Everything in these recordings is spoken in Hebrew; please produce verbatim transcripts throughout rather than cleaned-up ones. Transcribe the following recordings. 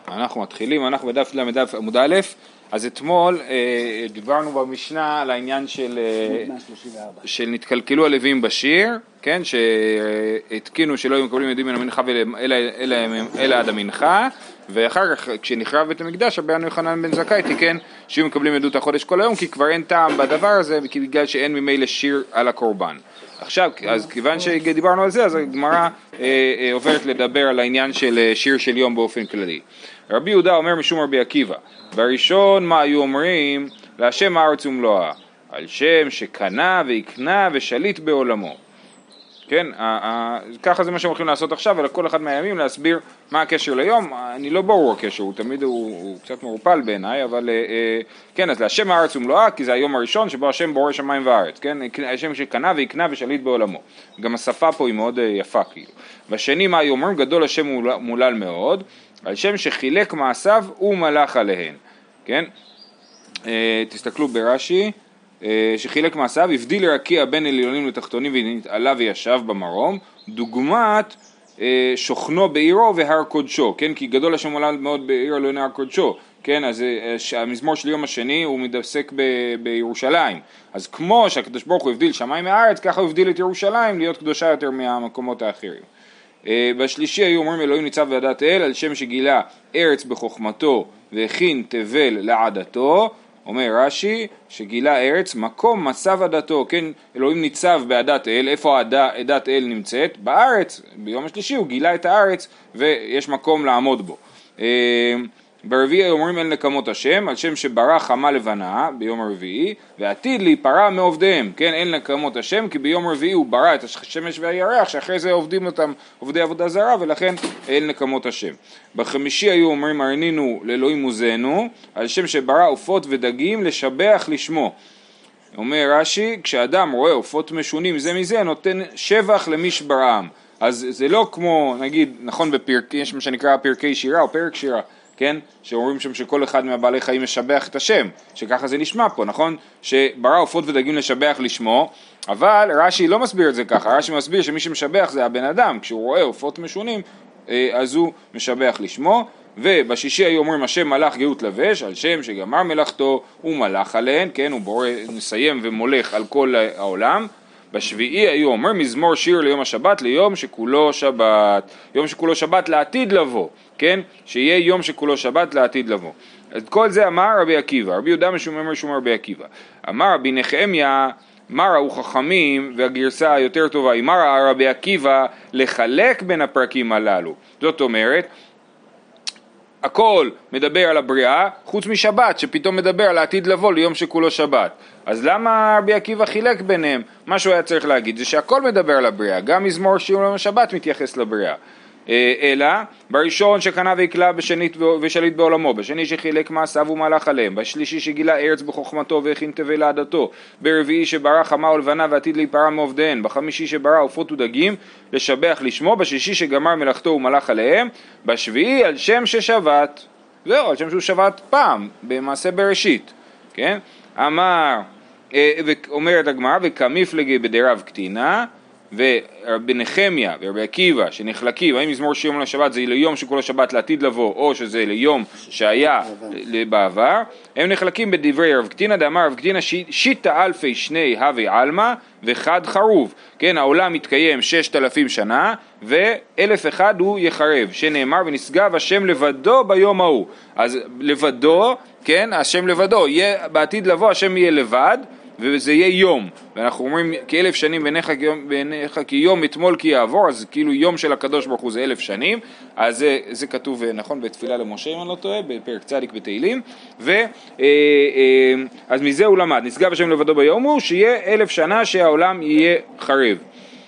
אנחנו מתחילים, אנחנו בדף למדף עמוד א', אז אתמול אה, דיברנו במשנה על העניין של, אה, של נתקלקלו הלווים בשיר, כן, שהתקינו שלא היו מקבלים עדים מן המנחה אלא, אלא, אלא עד המנחה, ואחר כך כשנחרב בית המקדש, רבי יוחנן בן זכאי תיקן שיהיו מקבלים עדות החודש כל היום, כי כבר אין טעם בדבר הזה, בגלל שאין ממילא שיר על הקורבן. עכשיו, אז כיוון שדיברנו על זה, אז הגמרא אה, אה, עוברת לדבר על העניין של אה, שיר של יום באופן כללי. רבי יהודה אומר משום רבי עקיבא, בראשון מה היו אומרים? להשם הארץ ומלואה, על שם שקנה ויקנה ושליט בעולמו. כן, ככה זה מה שהם הולכים לעשות עכשיו, ולכל אחד מהימים להסביר מה הקשר ליום. אני לא ברור הקשר, הוא תמיד הוא, הוא קצת מעורפל בעיניי, אבל כן, אז להשם הארץ ומלואה, כי זה היום הראשון שבו השם בורא שמיים וארץ, כן, השם שקנה ויקנה ושליט בעולמו. גם השפה פה היא מאוד יפה, כאילו. בשני מה היו אומרים? גדול השם מולל מאוד, על שם שחילק מעשיו ומלך עליהן, כן, תסתכלו ברש"י, שחילק מעשיו, הבדיל רקיע בין עליונים לתחתונים ונתעלה וישב במרום, דוגמת שוכנו בעירו והר קודשו, כן, כי גדול השם מולל מאוד בעיר אלוהינו הר קודשו, כן, אז המזמור של יום השני הוא מתעסק ב- בירושלים, אז כמו שהקדוש ברוך הוא הבדיל שמיים מארץ, ככה הוא הבדיל את ירושלים להיות קדושה יותר מהמקומות האחרים. בשלישי היו אומרים אלוהים ניצב ועדת אל, על שם שגילה ארץ בחוכמתו והכין תבל לעדתו. אומר רש"י שגילה ארץ מקום מצב עדתו, כן, אלוהים ניצב בעדת אל, איפה עדת אל נמצאת? בארץ. ביום השלישי הוא גילה את הארץ ויש מקום לעמוד בו. ברביעי אומרים אל נקמות השם, על שם שברא חמה לבנה ביום הרביעי, ועתיד להיפרע מעובדיהם, כן, אל נקמות השם, כי ביום רביעי הוא ברא את השמש והירח, שאחרי זה עובדים אותם עובדי עבודה זרה, ולכן אל נקמות השם. בחמישי היו אומרים הרנינו לאלוהים עוזנו, על שם שברא עופות ודגים לשבח לשמו. אומר רש"י, כשאדם רואה עופות משונים זה מזה, נותן שבח למי שבראם. אז זה לא כמו, נגיד, נכון בפרק, יש מה שנקרא פרקי שירה או פרק שירה, כן? שאומרים שם שכל אחד מהבעלי חיים משבח את השם, שככה זה נשמע פה, נכון? שברא עופות ודגים לשבח לשמו, אבל רש"י לא מסביר את זה ככה, רש"י מסביר שמי שמשבח זה הבן אדם, כשהוא רואה עופות משונים, אז הוא משבח לשמו. ובשישי היו אומרים השם מלך גאות לבש, על שם שגמר מלאכתו הוא מלך עליהן, כן? הוא בורא, נסיים ומולך על כל העולם. בשביעי היו אומר מזמור שיר ליום השבת, ליום שכולו שבת, יום שכולו שבת לעתיד לבוא, כן? שיהיה יום שכולו שבת לעתיד לבוא. אז כל זה אמר רבי עקיבא, רבי יהודה משום אמר שום רבי עקיבא. אמר רבי נחמיה, מה ראו חכמים, והגרסה היותר טובה היא מה ראה רבי עקיבא לחלק בין הפרקים הללו. זאת אומרת, הכל מדבר על הבריאה, חוץ משבת, שפתאום מדבר על העתיד לבוא ליום שכולו שבת. אז למה רבי עקיבא חילק ביניהם? מה שהוא היה צריך להגיד זה שהכל מדבר על הבריאה, גם מזמור שיר ליום השבת מתייחס לבריאה. אלא בראשון שקנה ויקלה בשנית ושליט בעולמו, בשני שחילק מעשיו ומלך עליהם, בשלישי שגילה ארץ בחוכמתו והכין תבל לעדתו, ברביעי שברא חמה ולבנה ועתיד להיפרע מעובדיהן, בחמישי שברא עופות ודגים לשבח לשמו, בשישי שגמר מלאכתו ומלך עליהם, בשביעי על שם ששבת, זהו, על שם שהוא שבת פעם במעשה בראשית, כן? אמר, אומרת הגמרא, וכמפלגי בדרב קטינה, ורבי נחמיה ורבי עקיבא שנחלקים, האם מזמור שיר לשבת זה ליום שכל השבת לעתיד לבוא או שזה ליום שהיה בעבר, הם נחלקים בדברי רב קטינה, דאמר רב קטינה שיטה אלפי שני הווי עלמא וחד חרוב, כן, העולם מתקיים ששת אלפים שנה ואלף אחד הוא יחרב, שנאמר ונשגב השם לבדו ביום ההוא. אז לבדו, כן, השם לבדו, יהיה, בעתיד לבוא השם יהיה לבד וזה יהיה יום, ואנחנו אומרים כאלף שנים בעיניך, בעיניך כיום אתמול כי יעבור, אז כאילו יום של הקדוש ברוך הוא זה אלף שנים, אז זה, זה כתוב נכון בתפילה למשה אם אני לא טועה, בפרק צדיק בתהילים, ואז מזה הוא למד, נשגב השם לבדו ביום הוא שיהיה אלף שנה שהעולם יהיה חרב.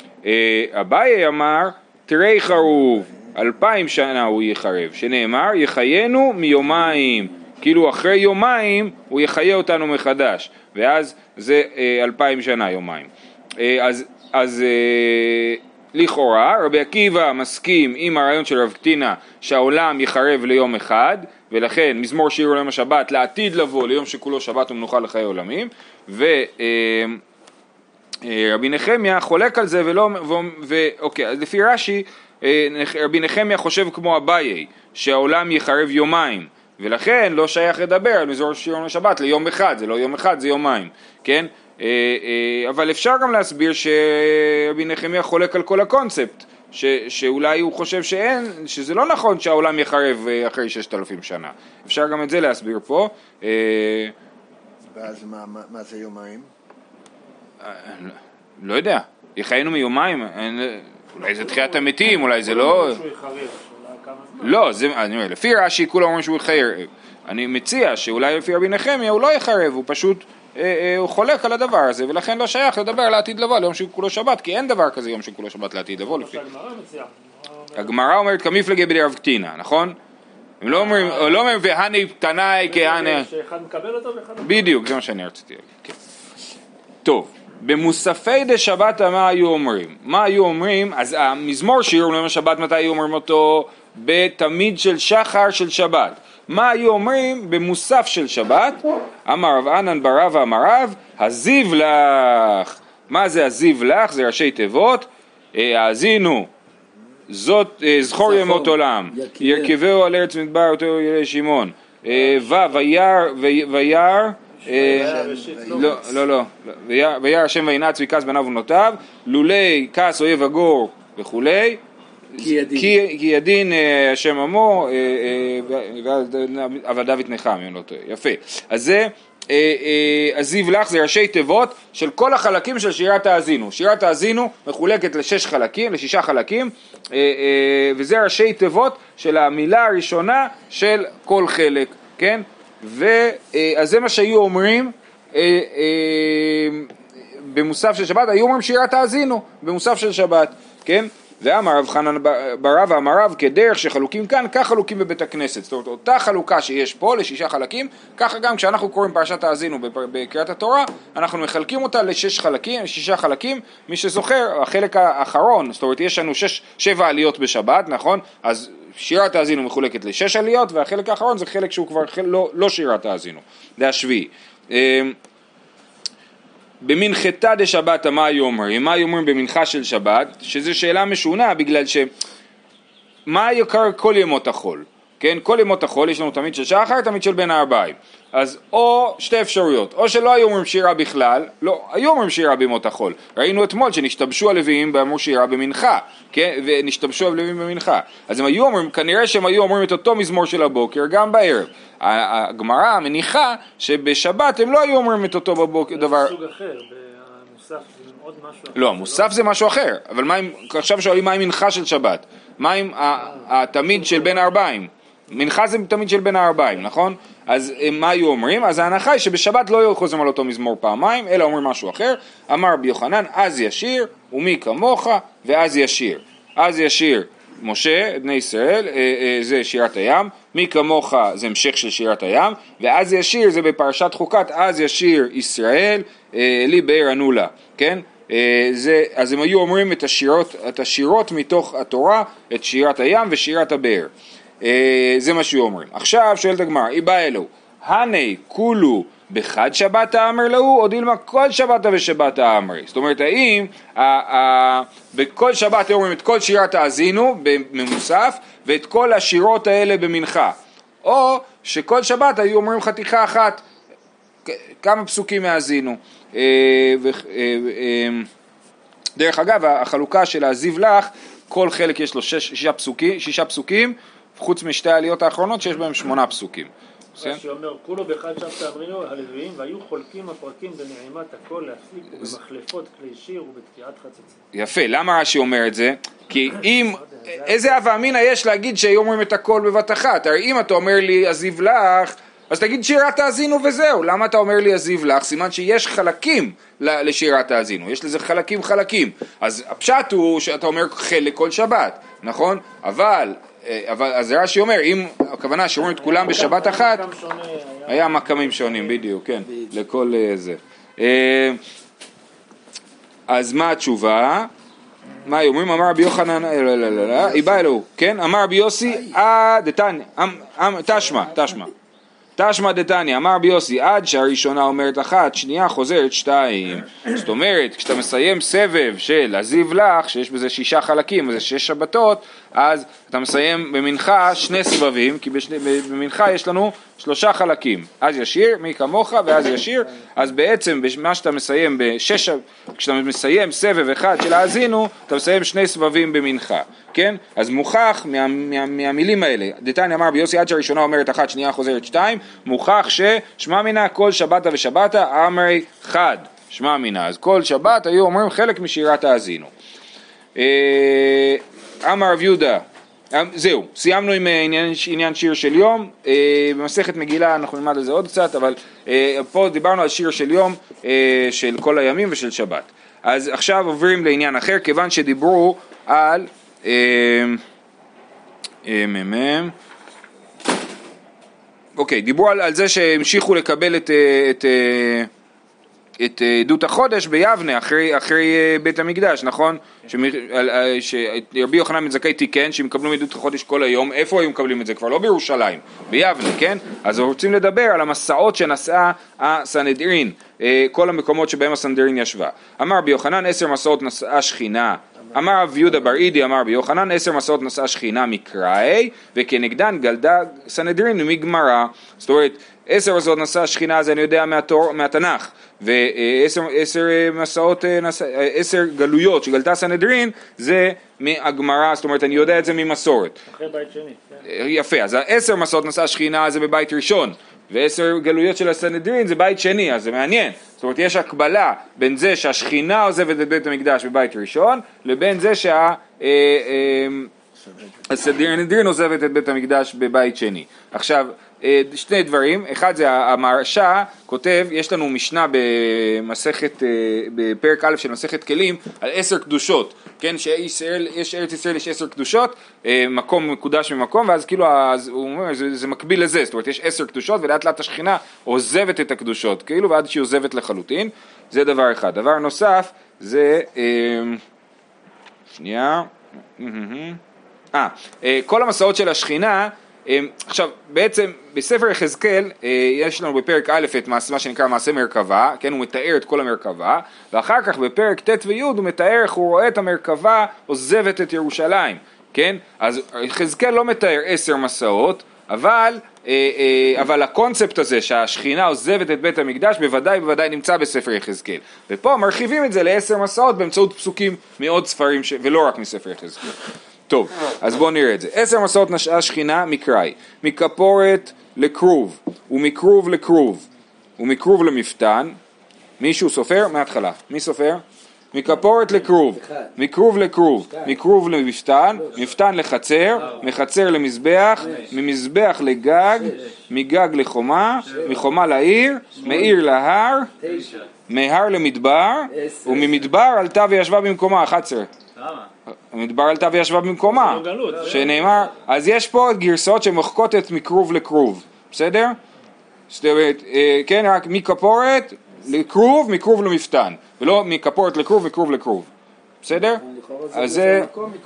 אביי אמר תרי חרוב, אלפיים שנה הוא יהיה חרב, שנאמר יחיינו מיומיים, כאילו אחרי יומיים הוא יחיה אותנו מחדש, ואז זה אה, אלפיים שנה יומיים. אה, אז, אז אה, לכאורה רבי עקיבא מסכים עם הרעיון של רב קטינה שהעולם יחרב ליום אחד, ולכן מזמור שיר ליום השבת לעתיד לבוא ליום שכולו שבת ומנוחה לחיי עולמים, ורבי אה, אה, נחמיה חולק על זה ולא, ו, ו, אוקיי, אז לפי רש"י רבי נחמיה חושב כמו אביי, שהעולם יחרב יומיים, ולכן לא שייך לדבר על מזמור שיר יום השבת ליום אחד, זה לא יום אחד, זה יומיים, כן? אבל אפשר גם להסביר שרבי נחמיה חולק על כל הקונספט, ש, שאולי הוא חושב שאין, שזה לא נכון שהעולם יחרב אחרי ששת אלפים שנה. אפשר גם את זה להסביר פה. ואז מה, מה, מה זה יומיים? לא יודע, יחיינו מיומיים, אולי זה תחיית המתים, אולי זה לא... לא, זה, אני אומר, לפי רש"י כולם אומרים שהוא יחרב. אני מציע שאולי לפי רבי נחמיה הוא לא יחרב, הוא פשוט... הוא חולק על הדבר הזה, ולכן לא שייך לדבר על העתיד לבוא, ליום שכולו שבת, כי אין דבר כזה יום שכולו שבת לעתיד לבוא. הגמרא אומרת כמפלגי בדרב קטינה, נכון? הם לא אומרים, לא אומרים, והני תנאי כהני... שאחד מקבל אותו ואחד... בדיוק, זה מה שאני רציתי להגיד. טוב, במוספי דשבת מה היו אומרים? מה היו אומרים? אז המזמור שיר ליום השבת, מתי היו אומרים אותו? בתמיד של שחר של שבת. מה היו אומרים במוסף של שבת? אמר רב ענן בר רבא אמר רב, הזיב לך. מה זה הזיב לך? זה ראשי תיבות. האזינו, זאת זכור ימות עולם, ירכבהו על ארץ מדבר אותו ילי שמעון. ו וירא וירא לא לא לא וירא השם וינעץ ויקץ בניו ובנותיו, לולי כעס אויב הגור וכולי. כי ידין השם עמו אבל דוד נחם, יפה. אז זה הזיב לך, זה ראשי תיבות של כל החלקים של שירת האזינו. שירת האזינו מחולקת לשש חלקים, לשישה חלקים, וזה ראשי תיבות של המילה הראשונה של כל חלק, כן? ואז זה מה שהיו אומרים במוסף של שבת, היו אומרים שירת האזינו במוסף של שבת, כן? ואמר רב חנן בר רבא אמר רב, כדרך שחלוקים כאן, כך חלוקים בבית הכנסת. זאת אומרת, אותה חלוקה שיש פה לשישה חלקים, ככה גם כשאנחנו קוראים פרשת האזינו בקריאת התורה, אנחנו מחלקים אותה לשש חלקים, לשישה חלקים. מי שזוכר, החלק האחרון, זאת אומרת, יש לנו שש, שבע עליות בשבת, נכון? אז שירת האזינו מחולקת לשש עליות, והחלק האחרון זה חלק שהוא כבר לא, לא שירת האזינו, זה השביעי. במנחתה דשבת מה היו אומרים? מה היו אומרים במנחה של שבת? שזו שאלה משונה, בגלל ש... מה יקר כל ימות החול? כן, כל ימות החול יש לנו תמיד של שחר, תמיד של בין הארבעים. אז או שתי אפשרויות, או שלא היו אומרים שירה בכלל, לא, היו אומרים שירה בימות החול. ראינו אתמול שנשתבשו הלוויים ואמרו שירה במנחה, כן, ונשתבשו הלוויים במנחה. אז הם היו אומרים, כנראה שהם היו אומרים את אותו מזמור של הבוקר גם בערב. הגמרא מניחה שבשבת הם לא היו אומרים את אותו בבוקר דבר. זה סוג אחר, במוסף זה עוד משהו אחר. לא, מוסף זה משהו אחר, אבל מה אם, עכשיו שואלים מה עם מנחה של שבת? מה עם התמיד של בין הארבעים? מנחה זה תמיד של בין הארבעים, נכון? אז מה היו אומרים? אז ההנחה היא שבשבת לא היו חוזרים על אותו מזמור פעמיים, אלא אומרים משהו אחר. אמר רבי יוחנן, אז ישיר, ומי כמוך, ואז ישיר. אז ישיר משה, בני ישראל, זה שירת הים, מי כמוך זה המשך של שירת הים, ואז ישיר זה בפרשת חוקת, אז ישיר ישראל, לי באר ענולה, כן? זה, אז הם היו אומרים את השירות, את השירות מתוך התורה, את שירת הים ושירת הבאר. זה מה שהוא אומרים. עכשיו שואלת הגמרא, אי בא אלו, הני כולו בחד שבת האמר להו, או דילמה כל שבת ושבת האמרי? זאת אומרת, האם בכל שבת אומרים את כל שירת האזינו במוסף, ואת כל השירות האלה במנחה, או שכל שבת היו אומרים חתיכה אחת, כמה פסוקים האזינו. דרך אגב, החלוקה של הזיב לך, כל חלק יש לו שש, שישה פסוקים, שישה פסוקים, חוץ משתי העליות האחרונות שיש בהם שמונה פסוקים. רש"י אומר, כולו באחד שבת אמרינו הלוויים, והיו חולקים הפרקים בנעימת הכל להפליג במחלפות כלי שיר ובתקיעת חצוצים. יפה, למה רש"י אומר את זה? כי אם, איזה הווה אמינא יש להגיד שהיו אומרים את הכל בבת אחת? הרי אם אתה אומר לי עזיב לך, אז תגיד שירת האזינו וזהו. למה אתה אומר לי עזיב לך? סימן שיש חלקים לשירת האזינו, יש לזה חלקים חלקים. אז הפשט הוא שאתה אומר חלק כל שבת, נכון? אבל אבל אז רש"י אומר, אם הכוונה שאומרים את כולם בשבת אחת, היה מקמים שונים, בדיוק, כן, לכל זה. אז מה התשובה? מה אומרים? אמר רבי יוחנן, לא, לא, לא, לא, היא באה אלוהו, כן? אמר רבי יוסי, אה, דתניא, תשמע, תשמע. תשמע דתניא, אמר ביוסי, עד שהראשונה אומרת אחת, שנייה חוזרת שתיים. זאת אומרת, כשאתה מסיים סבב של הזיו לך, שיש בזה שישה חלקים, וזה שש שבתות, אז אתה מסיים במנחה שני סבבים, כי בשני, במנחה יש לנו שלושה חלקים. אז ישיר, מי כמוך, ואז ישיר. אז בעצם, מה שאתה מסיים בשש, כשאתה מסיים סבב אחד של האזינו, אתה מסיים שני סבבים במנחה. כן? אז מוכח מה, מה, מהמילים האלה, דתניא אמר ביוסי, עד שהראשונה אומרת אחת, שנייה חוזרת שתיים, מוכח ששמע מינה כל שבתה ושבתה אמרי חד, שמע מינה, אז כל שבת היו אומרים חלק משירת האזינו. אמר רב יהודה, זהו, סיימנו עם עניין, עניין שיר של יום, במסכת מגילה אנחנו נלמד על זה עוד קצת, אבל פה דיברנו על שיר של יום של כל הימים ושל שבת. אז עכשיו עוברים לעניין אחר, כיוון שדיברו על מ"מ, אוקיי, דיברו על, על זה שהמשיכו לקבל את, את, את עדות החודש ביבנה אחרי, אחרי בית המקדש, נכון? שרבי יוחנן בן זכאי תיקן שהם מקבלו עדות החודש כל היום. איפה היו מקבלים את זה? כבר לא בירושלים, ביבנה, כן? אז רוצים לדבר על המסעות שנשאה הסנהדרין, כל המקומות שבהם הסנהדרין ישבה. אמר רבי יוחנן, עשר מסעות נשאה שכינה. אמר רב יהודה בר אידי, אמר רבי יוחנן, עשר מסעות נשאה שכינה מקראי, וכנגדן גלדה סנהדרין מגמרא. זאת אומרת, עשר מסעות נשאה שכינה זה אני יודע מהתור, מהתנ"ך, ועשר עשר מסעות, עשר גלויות שגלתה סנהדרין זה מהגמרא, זאת אומרת אני יודע את זה ממסורת. אחרי בית שני. יפה, אז עשר מסעות נשאה שכינה זה בבית ראשון, ועשר גלויות של הסנהדרין זה בית שני, אז זה מעניין. זאת אומרת, יש הקבלה בין זה שהשכינה עוזבת את בית המקדש בבית ראשון, לבין זה שהסנהדרין עוזבת את בית המקדש בבית שני. עכשיו, שני דברים, אחד זה המרש"א כותב, יש לנו משנה במסכת, בפרק א' של מסכת כלים, על עשר קדושות, כן, שישראל, יש ארץ ישראל, יש עשר קדושות, מקום מקודש ממקום, ואז כאילו, אז הוא אומר, זה, זה מקביל לזה, זאת אומרת, יש עשר קדושות, ולאט לאט השכינה עוזבת את הקדושות, כאילו, ועד שהיא עוזבת לחלוטין, זה דבר אחד. דבר נוסף, זה, שנייה, אה, כל המסעות של השכינה, עכשיו, בעצם בספר יחזקאל יש לנו בפרק א' את מה שנקרא מעשה מרכבה, כן, הוא מתאר את כל המרכבה, ואחר כך בפרק ט' וי' הוא מתאר איך הוא רואה את המרכבה עוזבת את ירושלים, כן, אז יחזקאל לא מתאר עשר מסעות, אבל, אבל הקונספט הזה שהשכינה עוזבת את בית המקדש בוודאי בוודאי נמצא בספר יחזקאל, ופה מרחיבים את זה לעשר מסעות באמצעות פסוקים מאוד ספרים ש... ולא רק מספר יחזקאל. טוב, אז בואו נראה את זה. עשר מסעות נשאה שכינה מקראי, מכפורת לכרוב, ומקרוב לכרוב, ומקרוב למפתן. מישהו סופר? מההתחלה. מי סופר? מכפורת לכרוב, מקרוב לכרוב, מקרוב למפתן, מפתן לחצר, מחצר למזבח, ממזבח לגג, מגג לחומה, מחומה לעיר, מעיר להר, מהר למדבר, וממדבר עלתה וישבה במקומה. אחת עשרה. המדבר עלתה וישבה במקומה, שנאמר, אז יש פה גרסאות שמוחקות את מקרוב לכרוב, בסדר? זאת אומרת, כן, רק מכפורת לכרוב, מקרוב למפתן, ולא מכפורת לכרוב וכרוב לכרוב, בסדר? אז זה,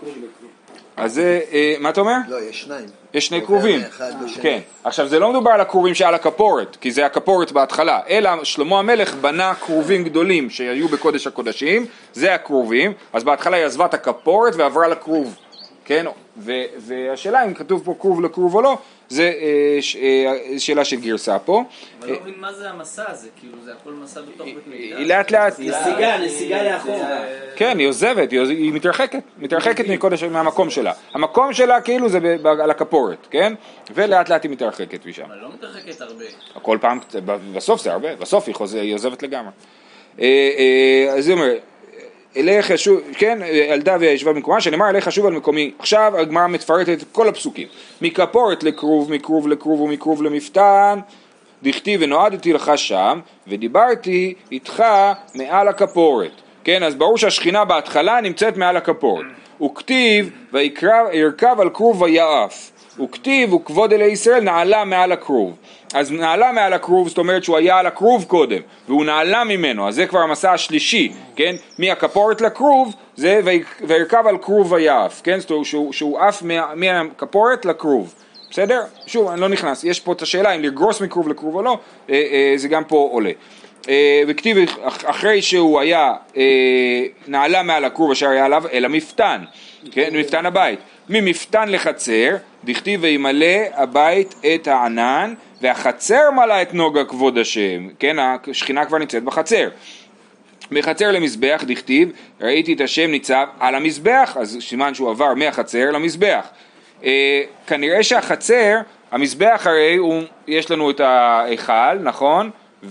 אז זה, מה אתה אומר? לא, יש שניים. יש שני קרובים, כן. עכשיו זה לא מדובר על הקרובים שעל הכפורת, כי זה הכפורת בהתחלה, אלא שלמה המלך בנה קרובים גדולים שהיו בקודש הקודשים, זה הקרובים, אז בהתחלה היא עזבה את הכפורת ועברה לקרוב, כן? והשאלה אם כתוב פה קרוב לקרוב או לא, זה שאלה של גרסה פה. אבל לא מבין מה זה המסע הזה, כאילו זה הכל מסע בתוך בית מקדש. היא לאט לאט. נסיגה, נסיגה לאחור. כן, היא עוזבת, היא מתרחקת, מתרחקת מקודש, מהמקום שלה. המקום שלה כאילו זה על הכפורת, כן? ולאט לאט היא מתרחקת משם. אבל לא מתרחקת הרבה. כל פעם, בסוף זה הרבה, בסוף היא עוזבת לגמרי. אז היא אומרת, אליך ישוב, כן, ילדה וישבה במקומה, שנאמר אליך ישוב על מקומי. עכשיו הגמרא מפרטת את כל הפסוקים. מכפורת לקרוב, מקרוב לקרוב ומקרוב למפתן, דכתיב ונועדתי לך שם, ודיברתי איתך מעל הכפורת. כן, אז ברור שהשכינה בהתחלה נמצאת מעל הכפורת. וכתיב וירכב על כרוב ויעף. וכתיב וכבוד אלי ישראל נעלה מעל הכרוב. אז נעלה מעל הכרוב, זאת אומרת שהוא היה על הכרוב קודם, והוא נעלה ממנו, אז זה כבר המסע השלישי, כן? מהכפורת לכרוב, זה וירכב על כרוב ויעף, כן? זאת אומרת שהוא, שהוא עף מהכפורת לכרוב, בסדר? שוב, אני לא נכנס, יש פה את השאלה אם לגרוס מכרוב לכרוב או לא, זה גם פה עולה. וכתיב אחרי שהוא היה נעלה מעל הכרוב אשר היה עליו אל המפתן, כן? מפתן הבית. ממפתן לחצר, דכתיב וימלא הבית את הענן, והחצר מלא את נוגה כבוד השם, כן? השכינה כבר נמצאת בחצר. מחצר למזבח דכתיב, ראיתי את השם ניצב על המזבח, אז סימן שהוא עבר מהחצר למזבח. אה, כנראה שהחצר, המזבח הרי הוא, יש לנו את ההיכל, נכון?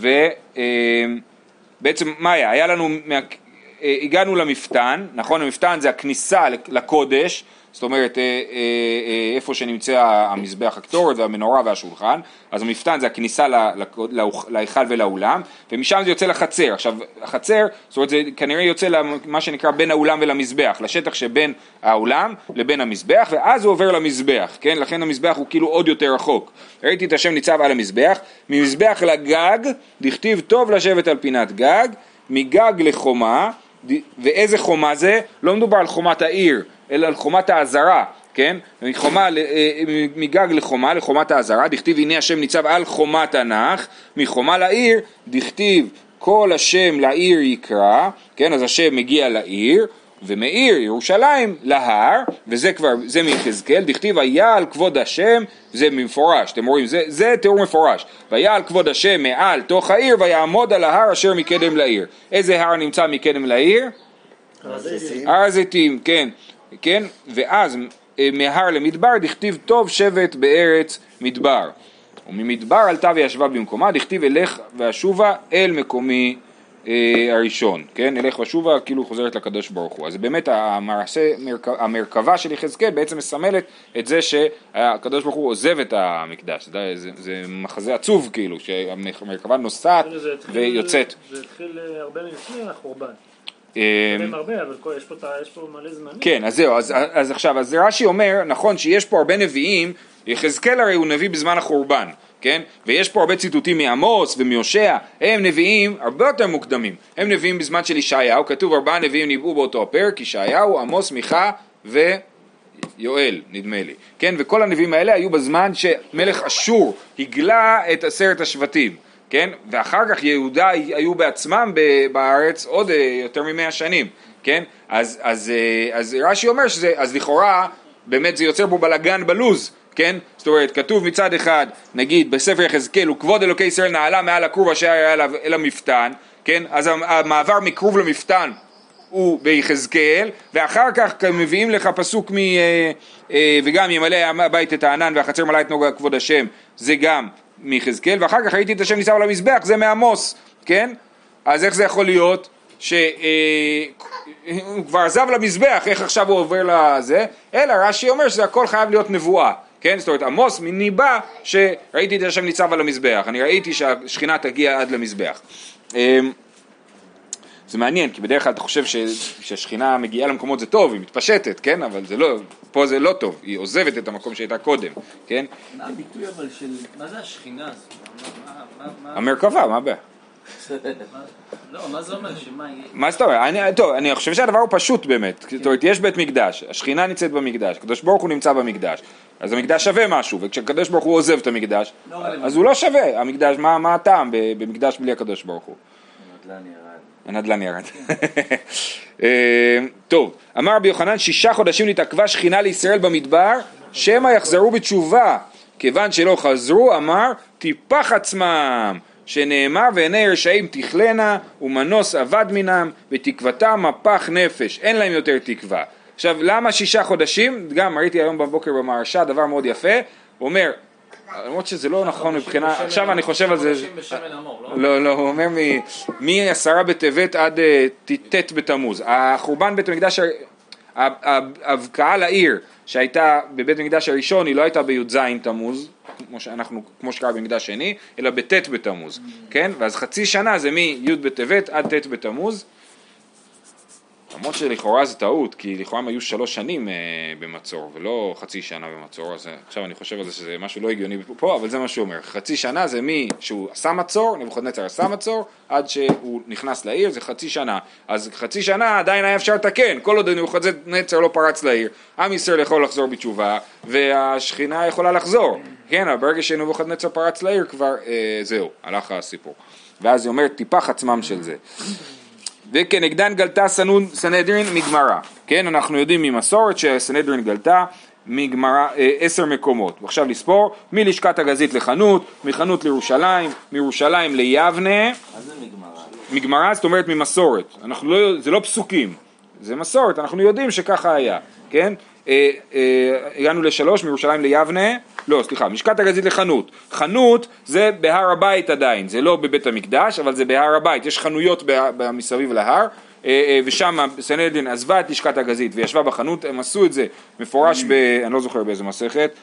ובעצם אה, מה היה? היה לנו, אה, הגענו למפתן, נכון? המפתן זה הכניסה לקודש, זאת אומרת, איפה שנמצא המזבח הקטורת והמנורה והשולחן, אז המפתן זה הכניסה להיכל ולאולם, ומשם זה יוצא לחצר. עכשיו, החצר, זאת אומרת, זה כנראה יוצא למה שנקרא בין האולם ולמזבח, לשטח שבין האולם לבין המזבח, ואז הוא עובר למזבח, כן? לכן המזבח הוא כאילו עוד יותר רחוק. ראיתי את השם ניצב על המזבח, ממזבח לגג, דכתיב טוב לשבת על פינת גג, מגג לחומה, ואיזה חומה זה? לא מדובר על חומת העיר, אלא על חומת העזרה, כן? מחומה, מגג לחומה, לחומת העזרה, דכתיב הנה השם ניצב על חומת הנח, מחומה לעיר, דכתיב כל השם לעיר יקרא, כן? אז השם מגיע לעיר, ומעיר ירושלים להר, וזה כבר, זה מיחזקאל, דכתיב היה על כבוד השם, זה מפורש, אתם רואים, זה, זה תיאור מפורש, והיה על כבוד השם מעל תוך העיר, ויעמוד על ההר אשר מקדם לעיר. איזה הר נמצא מקדם לעיר? הר הזיתים, כן, כן, ואז מהר למדבר דכתיב טוב שבט בארץ מדבר, וממדבר עלתה וישבה במקומה, דכתיב אלך ואשובה אל מקומי הראשון, כן, אלך ושובה כאילו חוזרת לקדוש ברוך הוא. אז באמת המעשה, המרכבה של יחזקאל בעצם מסמלת את זה שהקדוש ברוך הוא עוזב את המקדש. זה, זה, זה מחזה עצוב כאילו, שהמרכבה נוסעת ויוצאת. זה התחיל הרבה לפני החורבן. הרבה, אבל יש פה, יש פה מלא זמנים. כן, אז זהו, אז, אז עכשיו, אז רש"י אומר, נכון שיש פה הרבה נביאים, יחזקאל הרי הוא נביא בזמן החורבן, כן? ויש פה הרבה ציטוטים מעמוס ומיושע, הם נביאים הרבה יותר מוקדמים, הם נביאים בזמן של ישעיהו, כתוב ארבעה נביאים ניבאו באותו הפרק, ישעיהו, עמוס, מיכה ויואל, נדמה לי, כן? וכל הנביאים האלה היו בזמן שמלך אשור הגלה את עשרת השבטים, כן? ואחר כך יהודה היו בעצמם בארץ עוד יותר ממאה שנים, כן? אז, אז, אז רש"י אומר שזה, אז לכאורה באמת זה יוצר בו בלגן בלוז, כן? זאת אומרת, כתוב מצד אחד, נגיד בספר יחזקאל, וכבוד אלוקי ישראל נעלה מעל הכרוב אשר היה אליו אל המפתן, כן? אז המעבר מכרוב למפתן הוא ביחזקאל, ואחר כך מביאים לך פסוק מ... וגם ימלא הבית את הענן והחצר מלא את נוגה כבוד השם, זה גם מיחזקאל, ואחר כך ראיתי את השם ניצב על המזבח, זה מעמוס, כן? אז איך זה יכול להיות? שהוא כבר עזב למזבח, איך עכשיו הוא עובר לזה? אלא רש"י אומר שזה הכל חייב להיות נבואה, כן? זאת אומרת, עמוס מניבא שראיתי את השם ניצב על המזבח, אני ראיתי שהשכינה תגיע עד למזבח. זה מעניין, כי בדרך כלל אתה חושב שהשכינה מגיעה למקומות זה טוב, היא מתפשטת, כן? אבל זה לא, פה זה לא טוב, היא עוזבת את המקום שהייתה קודם, כן? מה הביטוי אבל של, מה זה השכינה הזאת? המרכבה, מה הבעיה? לא, מה זה אומר? שמה יהיה? מה זאת אומרת? טוב, אני חושב שהדבר הוא פשוט באמת, זאת אומרת, יש בית מקדש, השכינה נמצאת במקדש, הקדוש ברוך הוא נמצא במקדש, אז המקדש שווה משהו, וכשהקדוש ברוך הוא עוזב את המקדש, אז הוא לא שווה, המקדש, מה הטעם במקדש בלי הקדוש ברוך הוא? הנדל"ן ירד. טוב, אמר רבי יוחנן, שישה חודשים נתעכבה שכינה לישראל במדבר, שמא יחזרו בתשובה, כיוון שלא חזרו, אמר, טיפח עצמם, שנאמר ועיני רשעים תכלנה, ומנוס אבד מינם, ותקוותם מפח נפש, אין להם יותר תקווה. עכשיו, למה שישה חודשים? גם ראיתי היום בבוקר במהרש"א, דבר מאוד יפה, הוא אומר, למרות שזה לא נכון מבחינה, עכשיו אני חושב על זה, לא, לא, הוא אומר מעשרה בטבת עד ט' בתמוז, החורבן בית המקדש, ההבקעה לעיר שהייתה בבית המקדש הראשון, היא לא הייתה בי"ז תמוז, כמו שאנחנו, כמו שקרה במקדש שני, אלא בט' בתמוז, כן? ואז חצי שנה זה מי' בטבת עד ט' בתמוז, למרות שלכאורה זה טעות, כי לכאורה הם היו שלוש שנים אה, במצור, ולא חצי שנה במצור, אז עכשיו אני חושב על זה שזה משהו לא הגיוני פה, אבל זה מה שהוא אומר, חצי שנה זה מי שהוא עשה מצור, נבוכדנצר עשה מצור, עד שהוא נכנס לעיר, זה חצי שנה, אז חצי שנה עדיין היה אפשר לתקן, כל עוד נבוכדנצר לא פרץ לעיר, עם ישראל יכול לחזור בתשובה, והשכינה יכולה לחזור, כן, אבל ברגע שנבוכדנצר פרץ לעיר כבר אה, זהו, הלך הסיפור, ואז היא אומרת טיפח עצמם של זה. וכנגדן גלתה סנהדרין מגמרא, כן, אנחנו יודעים ממסורת שסנהדרין גלתה מגמרא עשר מקומות, ועכשיו לספור, מלשכת הגזית לחנות, מחנות לירושלים, מירושלים ליבנה. מה זה מגמרא? מגמרא זאת אומרת ממסורת, אנחנו לא, זה לא פסוקים, זה מסורת, אנחנו יודעים שככה היה, כן, אה, אה, הגענו לשלוש, מירושלים ליבנה, לא, סליחה, משקת הגזית לחנות. חנות זה בהר הבית עדיין, זה לא בבית המקדש, אבל זה בהר הבית, יש חנויות מסביב להר, ושם סנהדרין עזבה את לשכת הגזית וישבה בחנות, הם עשו את זה מפורש, ב, אני לא זוכר באיזה מסכת,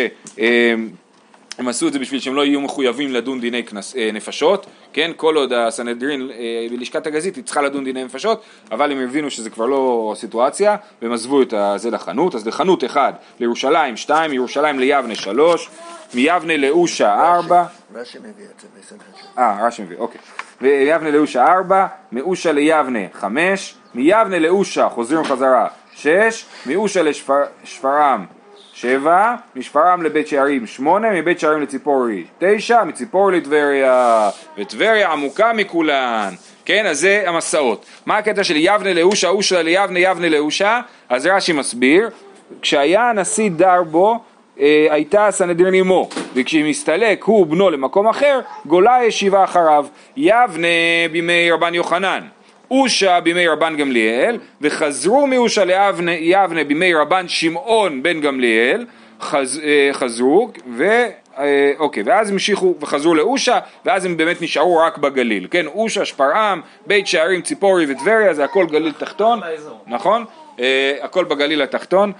שהם עשו את זה בשביל שהם לא יהיו מחויבים לדון דיני כנס, נפשות, כן, כל עוד הסנהדרין בלשכת הגזית היא צריכה לדון דיני נפשות, אבל הם הבינו שזה כבר לא סיטואציה, והם עזבו את זה לחנות, אז לחנות אחד, לירושלים שתיים, מירושלים ליבנה שלוש, מיבנה לאושה ארבע, רש"י מביא את זה בסנהדרין. אה, רש"י מביא, אוקיי. מיבנה לאושה ארבע, מאושה ליבנה חמש, מיבנה לאושה חוזרים חזרה שש, מאושה לשפרעם שבע, משפרעם לבית שערים שמונה, מבית שערים לציפורי תשע, מציפורי לטבריה, וטבריה עמוקה מכולן. כן, אז זה המסעות. מה הקטע של יבנה לאושה, אושה ליבנה, יבנה לאושה? אז רש"י מסביר, כשהיה הנשיא דרבו, הייתה סנהדרין עמו, וכשהיא מסתלק הוא בנו למקום אחר, גולה ישיבה אחריו. יבנה בימי רבן יוחנן, אושה בימי רבן גמליאל, וחזרו מאושה ליבנה יבנה בימי רבן שמעון בן גמליאל, חז, חזרו, ו, אוקיי, ואז הם המשיכו וחזרו לאושה, ואז הם באמת נשארו רק בגליל, כן, אושה, שפרעם, בית שערים, ציפורי וטבריה, זה הכל גליל תחתון, נכון? הכל בגליל התחתון.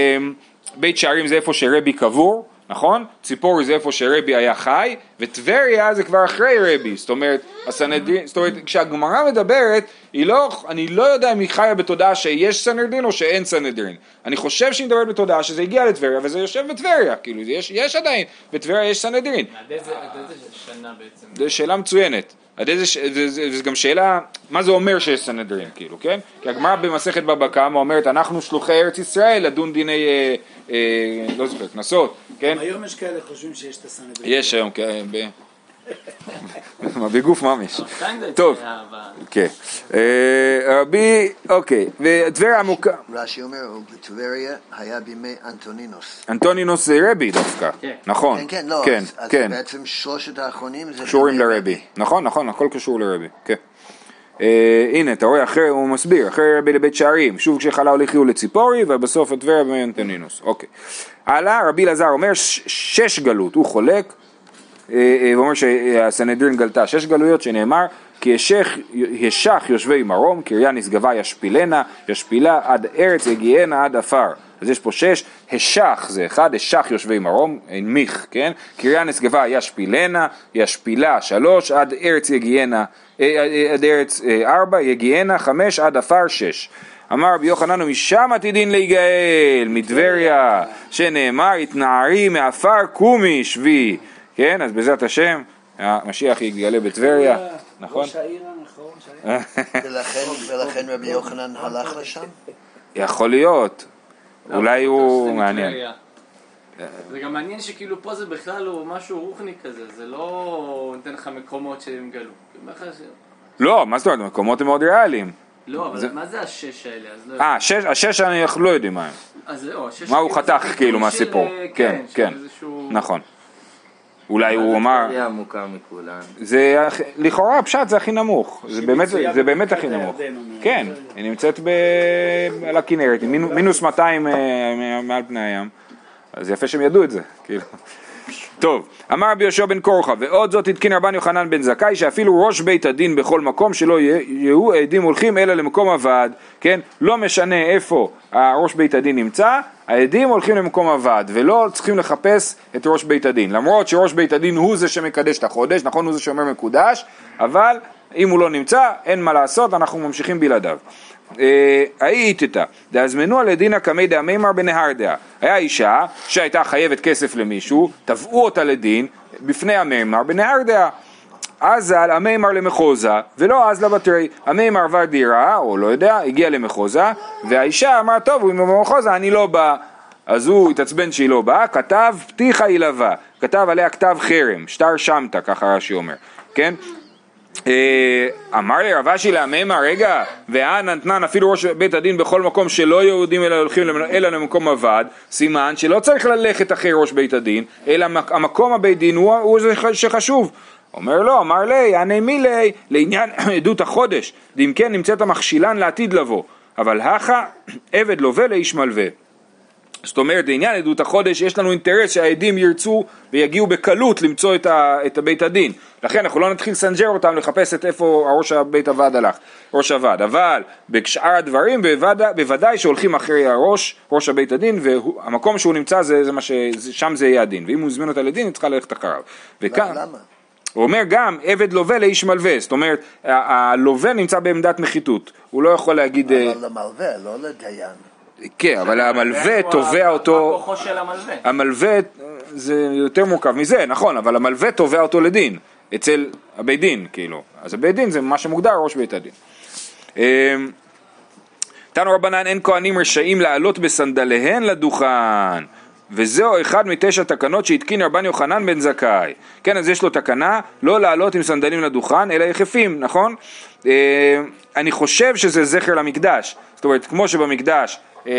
בית שערים זה איפה שרבי קבור, נכון? ציפורי זה איפה שרבי היה חי, וטבריה זה כבר אחרי רבי, זאת אומרת, הסנהדרין, זאת אומרת, כשהגמרא מדברת, היא לא, אני לא יודע אם היא חיה בתודעה שיש סנהדרין או שאין סנהדרין. אני חושב שהיא מדברת בתודעה שזה הגיע לטבריה, וזה יושב בטבריה, כאילו, יש, יש עדיין, בטבריה יש סנהדרין. עד איזה שנה בעצם? זו שאלה מצוינת. וזה גם שאלה, מה זה אומר שיש סנהדרין, כאילו, כן? כי הגמרא במסכת בבא קמא אומרת, אנחנו שלוחי ארץ ישראל לדון דיני, לא זוכר, כנסות, כן? היום יש כאלה חושבים שיש את הסנהדרין. יש היום, כן, בגוף ממש. טוב, כן. רבי, אוקיי, וטבריה עמוקה. רש"י אומר, בטבריה היה בימי אנטונינוס. אנטונינוס זה רבי דווקא, נכון. כן, כן, לא, אז בעצם שלושת האחרונים זה... קשורים לרבי, נכון, נכון, הכל קשור לרבי, כן. הנה, אתה רואה, אחרי, הוא מסביר, אחרי רבי לבית שערים, שוב כשחלה הוליכו לציפורי, ובסוף הטבריה בימי אנטונינוס, אוקיי. הלאה, רבי אלעזר אומר, שש גלות, הוא חולק, הוא אומר שהסנהדרין גלתה שש גלויות, שנאמר כי ישך יושבי מרום, קריה נשגבה ישפילנה, ישפילה עד ארץ יגיענה עד אפר. אז יש פה שש, השך זה אחד, השך יושבי מרום, הנמיך, כן? קריה נשגבה ישפילנה, ישפילה שלוש, עד ארץ יגיענה, עד ארץ ארבע, יגיענה חמש, עד אפר שש. אמר רבי יוחנן, משם עתידין להיגאל, מטבריה, שנאמר, התנערי מעפר קומי שבי. כן, אז בעזרת השם, המשיח יתגלה בטבריה, נכון? ראש העיר האחרון שהיה. ולכן רבי יוחנן הלך לשם? יכול להיות, אולי הוא מעניין. זה גם מעניין שכאילו פה זה בכלל הוא משהו רוחני כזה, זה לא נותן לך מקומות שהם גלו. לא, מה זאת אומרת, מקומות הם מאוד ריאליים. לא, אבל מה זה השש האלה? אה, השש אני לא יודעים מה הם. מה הוא חתך כאילו מהסיפור. כן, כן, נכון. אולי הוא אמר, זה לכאורה פשט זה הכי נמוך, זה באמת הכי נמוך, כן, היא נמצאת על הכנרת, מינוס מאתיים מעל פני הים, אז יפה שהם ידעו את זה, כאילו. טוב, אמר רבי יהושע בן קורחה, ועוד זאת התקין רבן יוחנן בן זכאי, שאפילו ראש בית הדין בכל מקום שלא יהיו עדים הולכים אלא למקום הוועד, כן, לא משנה איפה ראש בית הדין נמצא, העדים הולכים למקום הוועד, ולא צריכים לחפש את ראש בית הדין, למרות שראש בית הדין הוא זה שמקדש את החודש, נכון, הוא זה שאומר מקודש, אבל אם הוא לא נמצא, אין מה לעשות, אנחנו ממשיכים בלעדיו. היית איתה, דאזמנו על הדין הקמי דאמימר בנהרדיה. היה אישה שהייתה חייבת כסף למישהו, תבעו אותה לדין בפני המימר בנהרדיה. אז על המימר למחוזה, ולא אז לבטרי. המימר עבר דירה, או לא יודע, הגיע למחוזה, והאישה אמרה, טוב, הוא במחוזה, אני לא בא. אז הוא התעצבן שהיא לא באה, כתב פתיחה היא לבא, כתב עליה כתב חרם, שטר שמתה, ככה רש"י אומר, כן? אמר לי רב אשי להמימר, רגע, והנה נתנן אפילו ראש בית הדין בכל מקום שלא יהודים אלא הולכים אלא למקום עבד, סימן שלא צריך ללכת אחרי ראש בית הדין, אלא המקום הבית דין הוא, הוא זה שחשוב. אומר לו, אמר לי, יענה מילי, לעניין עדות החודש, אם כן נמצאת המכשילן לעתיד לבוא, אבל הכה עבד לווה לאיש מלווה. זאת אומרת, לעניין עדות החודש יש לנו אינטרס שהעדים ירצו ויגיעו בקלות למצוא את, ה, את הבית הדין. לכן אנחנו לא נתחיל סנג'ר אותם לחפש את איפה ראש הבית הוועד הלך, ראש הוועד. אבל בשאר הדברים בוודאי, בוודאי שהולכים אחרי הראש, ראש הבית הדין, והמקום שהוא נמצא זה, זה מה ש, שם זה יהיה הדין. ואם הוא זמין אותה לדין, היא צריכה ללכת אחריו. וכאן, למה? הוא אומר גם עבד לווה לאיש מלווה, זאת אומרת הלווה נמצא בעמדת מחיתות, הוא לא יכול להגיד... אבל למלווה, לא לדיין. כן, אבל המלווה תובע אותו... מה כוחו של המלווה? המלווה זה יותר מורכב מזה, נכון, אבל המלווה תובע אותו לדין, אצל הבית דין, כאילו. אז הבית דין זה מה שמוגדר ראש בית הדין. תנו רבנן, אין כהנים רשאים לעלות בסנדליהן לדוכן. וזהו אחד מתשע תקנות שהתקין רבן יוחנן בן זכאי. כן, אז יש לו תקנה לא לעלות עם סנדלים לדוכן, אלא יחפים, נכון? אה, אני חושב שזה זכר למקדש. זאת אומרת, כמו שבמקדש אה, אה,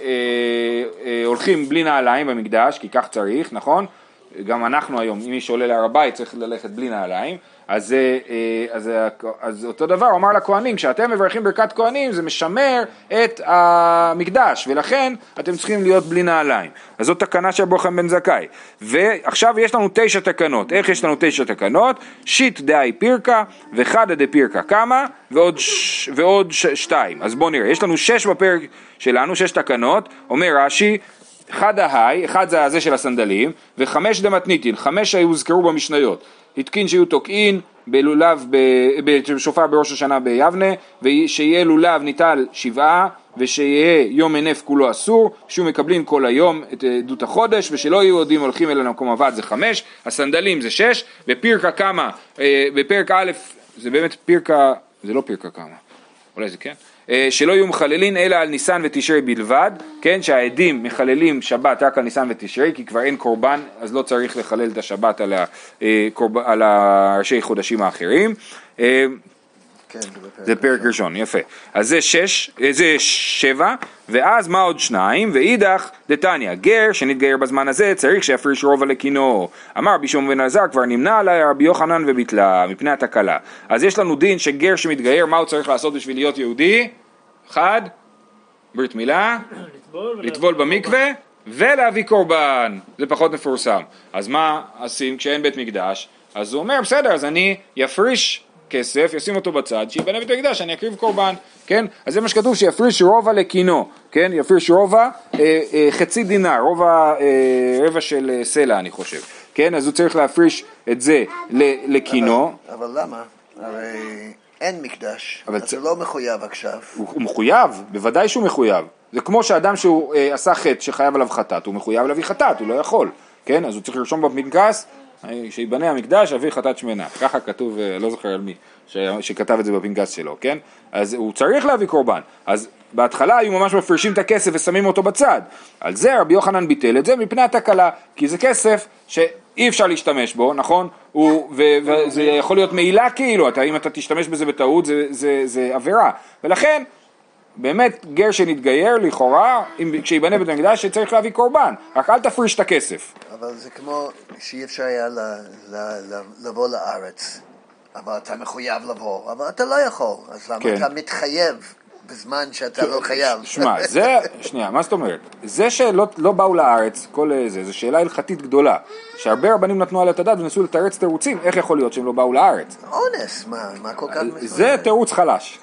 אה, הולכים בלי נעליים במקדש, כי כך צריך, נכון? גם אנחנו היום, אם מי שעולה להר הבית צריך ללכת בלי נעליים, אז, אז, אז אותו דבר אמר לכהנים, כשאתם מברכים ברכת כהנים זה משמר את המקדש, ולכן אתם צריכים להיות בלי נעליים. אז זאת תקנה של רבי יוחנן בן זכאי. ועכשיו יש לנו תשע תקנות. איך יש לנו תשע תקנות? שיט דאי פירקה וחדה דה פירקה כמה ועוד, ש, ועוד ש, שתיים. אז בואו נראה, יש לנו שש בפרק שלנו, שש תקנות. אומר רש"י, אחד ההי, אחד זה הזה של הסנדלים, וחמש דמתניתין, חמש שהוזכרו במשניות. התקין שיהיו תוקעין בלולב, בשופר בראש השנה ביבנה, ושיהיה לולב ניטל שבעה, ושיהיה יום מנף כולו אסור, שהוא מקבלים כל היום את עדות החודש, ושלא יהיו יהודים הולכים אל המקום עבד זה חמש, הסנדלים זה שש, ופירקה כמה, בפרק א', זה באמת פירקה, זה לא פירקה כמה, אולי זה כן? שלא יהיו מחללים אלא על ניסן ותשרי בלבד, כן, שהעדים מחללים שבת רק על ניסן ותשרי, כי כבר אין קורבן, אז לא צריך לחלל את השבת על, הקורב... על הראשי חודשים האחרים. כן, זה פרק ראשון, יפה. אז זה שש, זה שבע, ואז מה עוד שניים? ואידך דתניא, גר שנתגייר בזמן הזה צריך שיפריש רובע לקינו. אמר רבי שמעון בן אלעזר, כבר נמנע עליי רבי יוחנן וביטלה מפני התקלה. אז יש לנו דין שגר שמתגייר, מה הוא צריך לעשות בשביל להיות יהודי? אחד, ברית מילה, לטבול במקווה ולהביא קורבן. זה פחות מפורסם. אז מה עושים כשאין בית מקדש? אז הוא אומר, בסדר, אז אני יפריש כסף, ישים אותו בצד, שיבנה בית המקדש, אני אקריב קורבן, כן? אז זה מה שכתוב, שיפריש רובע לקינו, כן? יפריש רובע, אה, אה, חצי דינר, רובע, אה, רבע של אה, סלע, אני חושב, כן? אז הוא צריך להפריש את זה לקינו. אבל, אבל למה? הרי אין מקדש, אז צ... הוא לא מחויב עכשיו. הוא, הוא מחויב, בוודאי שהוא מחויב. זה כמו שאדם שהוא אה, עשה חטא שחייב עליו חטאת, הוא מחויב להביא חטאת, הוא לא יכול, כן? אז הוא צריך לרשום בפנקס, שיבנה המקדש אביא חטאת שמנה, ככה כתוב, לא זוכר על מי ש... שכתב את זה בפנקס שלו, כן? אז הוא צריך להביא קורבן. אז בהתחלה היו ממש מפרישים את הכסף ושמים אותו בצד. על זה רבי יוחנן ביטל את זה מפני התקלה, כי זה כסף שאי אפשר להשתמש בו, נכון? הוא... ו... וזה יכול להיות מעילה כאילו, אתה... אם אתה תשתמש בזה בטעות זה, זה... זה עבירה, ולכן באמת גר שנתגייר לכאורה, כשיבנה בית המקדש שצריך להביא קורבן, רק אל תפריש את הכסף. אבל זה כמו שאי אפשר היה ל, ל, ל, לבוא לארץ, אבל אתה מחויב לבוא, אבל אתה לא יכול, אז למה כן. אתה מתחייב בזמן שאתה לא חייב? שמע, זה, שנייה, מה זאת אומרת? זה שלא לא באו לארץ, כל זה, זו שאלה הלכתית גדולה, שהרבה רבנים נתנו על התדד ונסו לתרץ תירוצים, איך יכול להיות שהם לא באו לארץ? אונס, מה, מה כל כך... זה תירוץ חלש.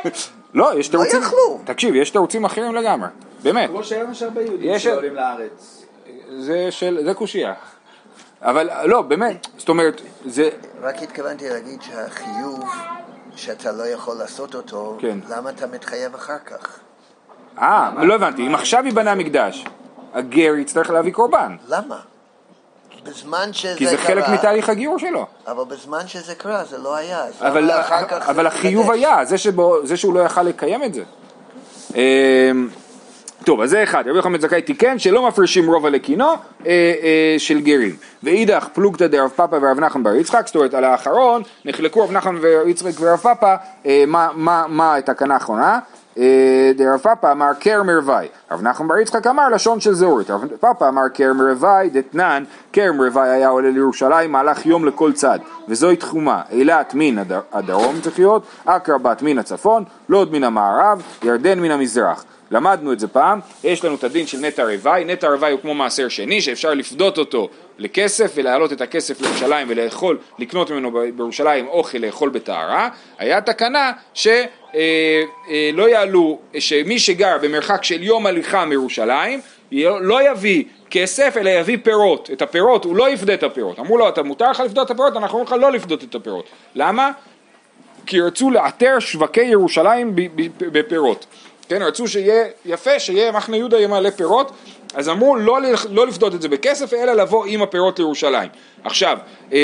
לא, יש תירוצים... לא יכלו. תקשיב, יש תירוצים אחרים לגמרי, באמת. כמו שהיום יש הרבה יהודים שעולים לארץ. זה של... זה קושייה. אבל לא, באמת, זאת אומרת, זה... רק התכוונתי להגיד שהחיוב שאתה לא יכול לעשות אותו, כן. למה אתה מתחייב אחר כך? אה, לא הבנתי, אם עכשיו ייבנה מקדש, הגר יצטרך להביא קורבן. למה? בזמן שזה קרה... כי זה חלק מתהליך הגיור שלו. אבל בזמן שזה קרה, זה לא היה. אבל, אחר כך אבל החיוב מתחדש. היה, זה, שבו, זה שהוא לא יכל לקיים את זה. טוב, אז זה אחד, רבי יוחנן בן זכאי תיקן שלא מפרישים רובע לקינו אה, אה, של גרים. ואידך פלוגתא דרב פאפא ורב נחמן בר יצחק, זאת אומרת על האחרון נחלקו רב נחמן ויצחק ורב פאפא, אה, מה, מה, מה התקנה האחרונה? אה, דרב פאפא אמר קר מרווי, רב נחמן בר יצחק אמר לשון של זהורית, רב פאפא אמר קר מרווי דתנן, קר מרווי היה עולה לירושלים מהלך יום לכל צד, וזוהי תחומה, אילת מן הדר, הדרום צריך להיות, עקרבת מן הצפון, לוד מן המערב, ירדן מן המזרח. למדנו את זה פעם, יש לנו את הדין של נטע רווי, נטע רווי הוא כמו מעשר שני שאפשר לפדות אותו לכסף ולהעלות את הכסף לירושלים ולאכול, לקנות ממנו בירושלים אוכל לאכול בטהרה, היה תקנה שלא יעלו, שמי שגר במרחק של יום הליכה מירושלים לא יביא כסף אלא יביא פירות, את הפירות הוא לא יפדה את הפירות, אמרו לו אתה מותר לך לפדות את הפירות, אנחנו אומרים לך לא לפדות את הפירות, למה? כי רצו לאתר שווקי ירושלים בפירות, כן, רצו שיהיה יפה, שיהיה מחנה יהודה יהיה מלא פירות, אז אמרו לא, לא לפדות את זה בכסף, אלא לבוא עם הפירות לירושלים. עכשיו,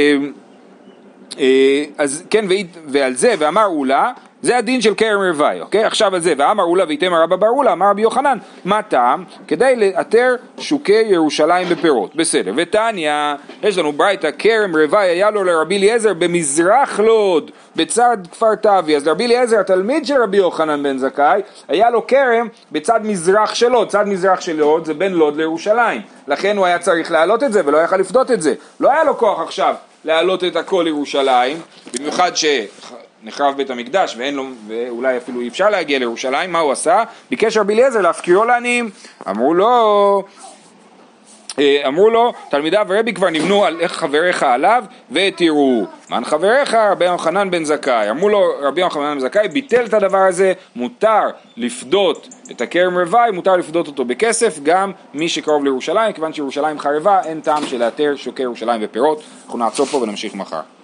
אז כן, ועל זה, ואמר אולה, זה הדין של כרם רווי, אוקיי? עכשיו על זה, ואמר אולה ויתמר רבא בר אולה, אמר רבי יוחנן, מה טעם? כדי לאתר שוקי ירושלים בפירות, בסדר. ותניא, יש לנו ברייתא, כרם רווי היה לו לרבי אליעזר במזרח לוד, בצד כפר תווי, אז לרבי אליעזר, התלמיד של רבי יוחנן בן זכאי, היה לו כרם בצד מזרח של לוד, צד מזרח של לוד זה בין לוד לירושלים, לכן הוא היה צריך להעלות את זה ולא יכל לפדות את זה, לא היה לו כוח עכשיו להעלות את הכל לירושלים, במיוחד ש... נחרב בית המקדש ואין לו, ואולי אפילו אי אפשר להגיע לירושלים, מה הוא עשה? ביקש רבי אליעזר להפקירו לעניים, אמרו לו, אמרו לו, תלמידיו ורבי כבר נבנו על איך חבריך עליו ותראו, מן חבריך? רבי יוחנן בן זכאי, אמרו לו רבי יוחנן בן זכאי, ביטל את הדבר הזה, מותר לפדות את הכרם רווי, מותר לפדות אותו בכסף, גם מי שקרוב לירושלים, כיוון שירושלים חרבה, אין טעם של לאתר שוקי ירושלים ופירות, אנחנו נעצור פה ונמשיך מחר.